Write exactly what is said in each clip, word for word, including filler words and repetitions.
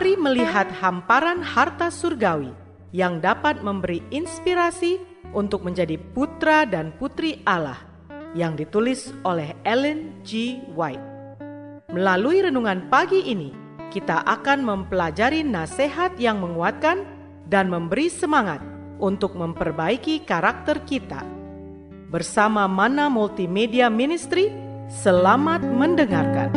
Mari melihat hamparan harta surgawi yang dapat memberi inspirasi untuk menjadi putra dan putri Allah, yang ditulis oleh Ellen G. White. Melalui renungan pagi ini, kita akan mempelajari nasihat yang menguatkan dan memberi semangat untuk memperbaiki karakter kita. Bersama Mana Multimedia Ministry, selamat mendengarkan.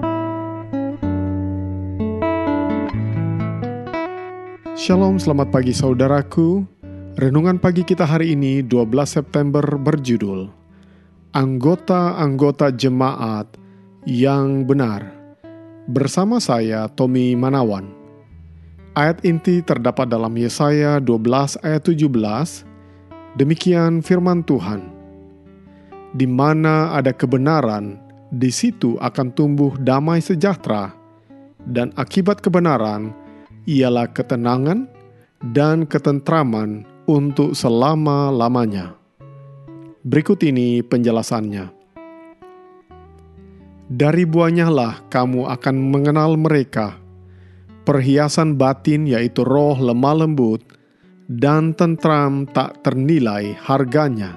Shalom, selamat pagi saudaraku. Renungan pagi kita hari ini dua belas September berjudul Anggota-anggota Jemaat yang Benar. Bersama saya, Tommy Manawan. Ayat inti terdapat dalam Yesaya dua belas ayat tujuh belas. Demikian firman Tuhan. Di mana ada kebenaran, di situ akan tumbuh damai sejahtera, dan akibat kebenaran ialah ketenangan dan ketentraman untuk selama-lamanya. Berikut ini penjelasannya. Dari buahnya lah kamu akan mengenal mereka. Perhiasan batin yaitu roh lemah lembut dan tentram tak ternilai harganya.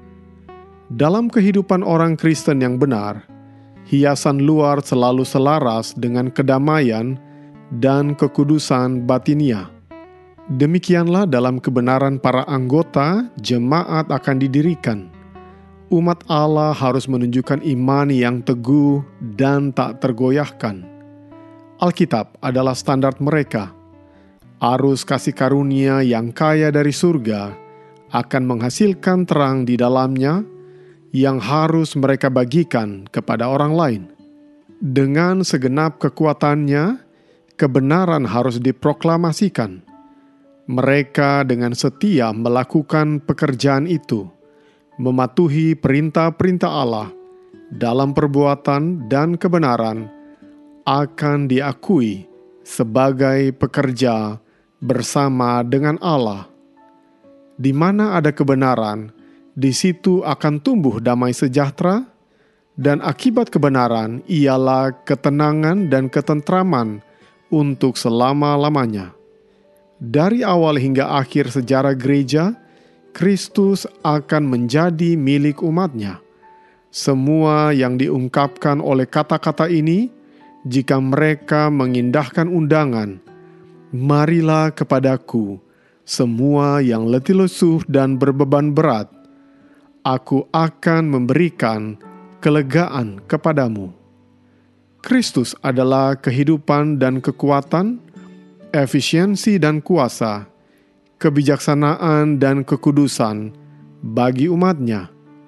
Dalam kehidupan orang Kristen yang benar, hiasan luar selalu selaras dengan kedamaian dan kekudusan batinia. Demikianlah dalam kebenaran para anggota, jemaat akan didirikan. Umat Allah harus menunjukkan iman yang teguh dan tak tergoyahkan. Alkitab adalah standar mereka. Arus kasih karunia yang kaya dari surga akan menghasilkan terang di dalamnya yang harus mereka bagikan kepada orang lain. Dengan segenap kekuatannya, kebenaran harus diproklamasikan. Mereka dengan setia melakukan pekerjaan itu, mematuhi perintah-perintah Allah dalam perbuatan dan kebenaran, akan diakui sebagai pekerja bersama dengan Allah. Di mana ada kebenaran, di situ akan tumbuh damai sejahtera, dan akibat kebenaran ialah ketenangan dan ketentraman untuk selama-lamanya. Dari awal hingga akhir sejarah gereja, Kristus akan menjadi milik umatnya. Semua yang diungkapkan oleh kata-kata ini, jika mereka mengindahkan undangan, marilah kepadaku, semua yang letih lesu dan berbeban berat, aku akan memberikan kelegaan kepadamu. Kristus adalah kehidupan dan kekuatan, efisiensi dan kuasa, kebijaksanaan dan kekudusan bagi umatnya.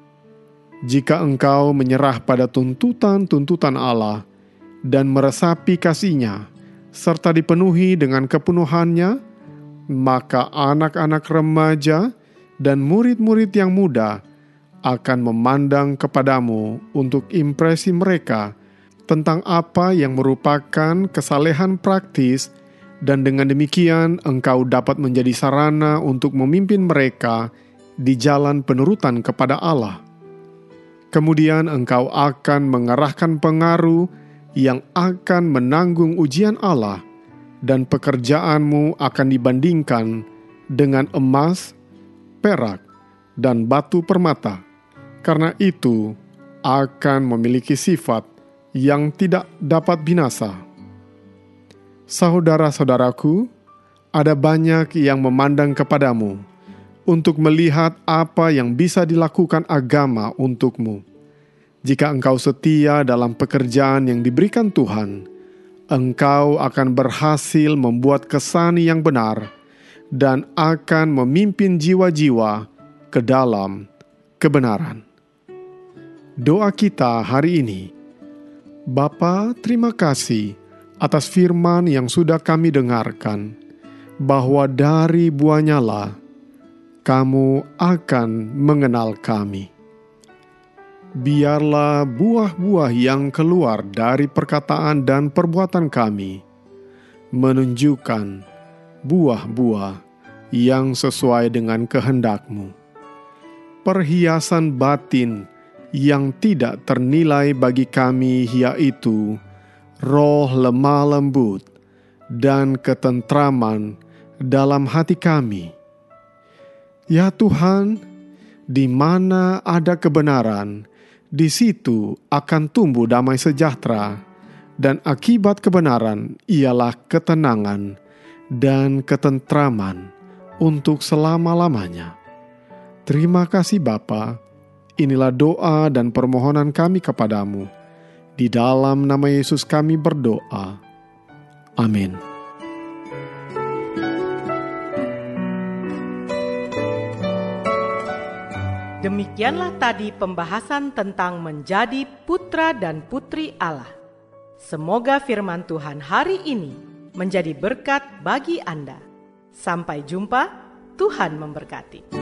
Jika engkau menyerah pada tuntutan-tuntutan Allah dan meresapi kasih-Nya, serta dipenuhi dengan kepenuhannya, maka anak-anak remaja dan murid-murid yang muda akan memandang kepadamu untuk impresi mereka tentang apa yang merupakan kesalehan praktis, dan dengan demikian engkau dapat menjadi sarana untuk memimpin mereka di jalan penurutan kepada Allah. Kemudian engkau akan mengerahkan pengaruh yang akan menanggung ujian Allah, dan pekerjaanmu akan dibandingkan dengan emas, perak, dan batu permata. Karena itu akan memiliki sifat yang tidak dapat binasa. Saudara-saudaraku, ada banyak yang memandang kepadamu untuk melihat apa yang bisa dilakukan agama untukmu. Jika engkau setia dalam pekerjaan yang diberikan Tuhan, engkau akan berhasil membuat kesan yang benar dan akan memimpin jiwa-jiwa ke dalam kebenaran. Doa kita hari ini. Bapa, terima kasih atas firman yang sudah kami dengarkan, bahwa dari buahnya lah kamu akan mengenal kami. Biarlah buah-buah yang keluar dari perkataan dan perbuatan kami menunjukkan buah-buah yang sesuai dengan kehendak-Mu. Perhiasan batin yang tidak ternilai bagi kami, yaitu roh lemah lembut dan ketentraman dalam hati kami. Ya Tuhan, di mana ada kebenaran, di situ akan tumbuh damai sejahtera, dan akibat kebenaran ialah ketenangan dan ketentraman untuk selama-lamanya. Terima kasih Bapa. Inilah doa dan permohonan kami kepadamu. Di dalam nama Yesus kami berdoa. Amin. Demikianlah tadi pembahasan tentang menjadi putra dan putri Allah. Semoga firman Tuhan hari ini menjadi berkat bagi Anda. Sampai jumpa, Tuhan memberkati.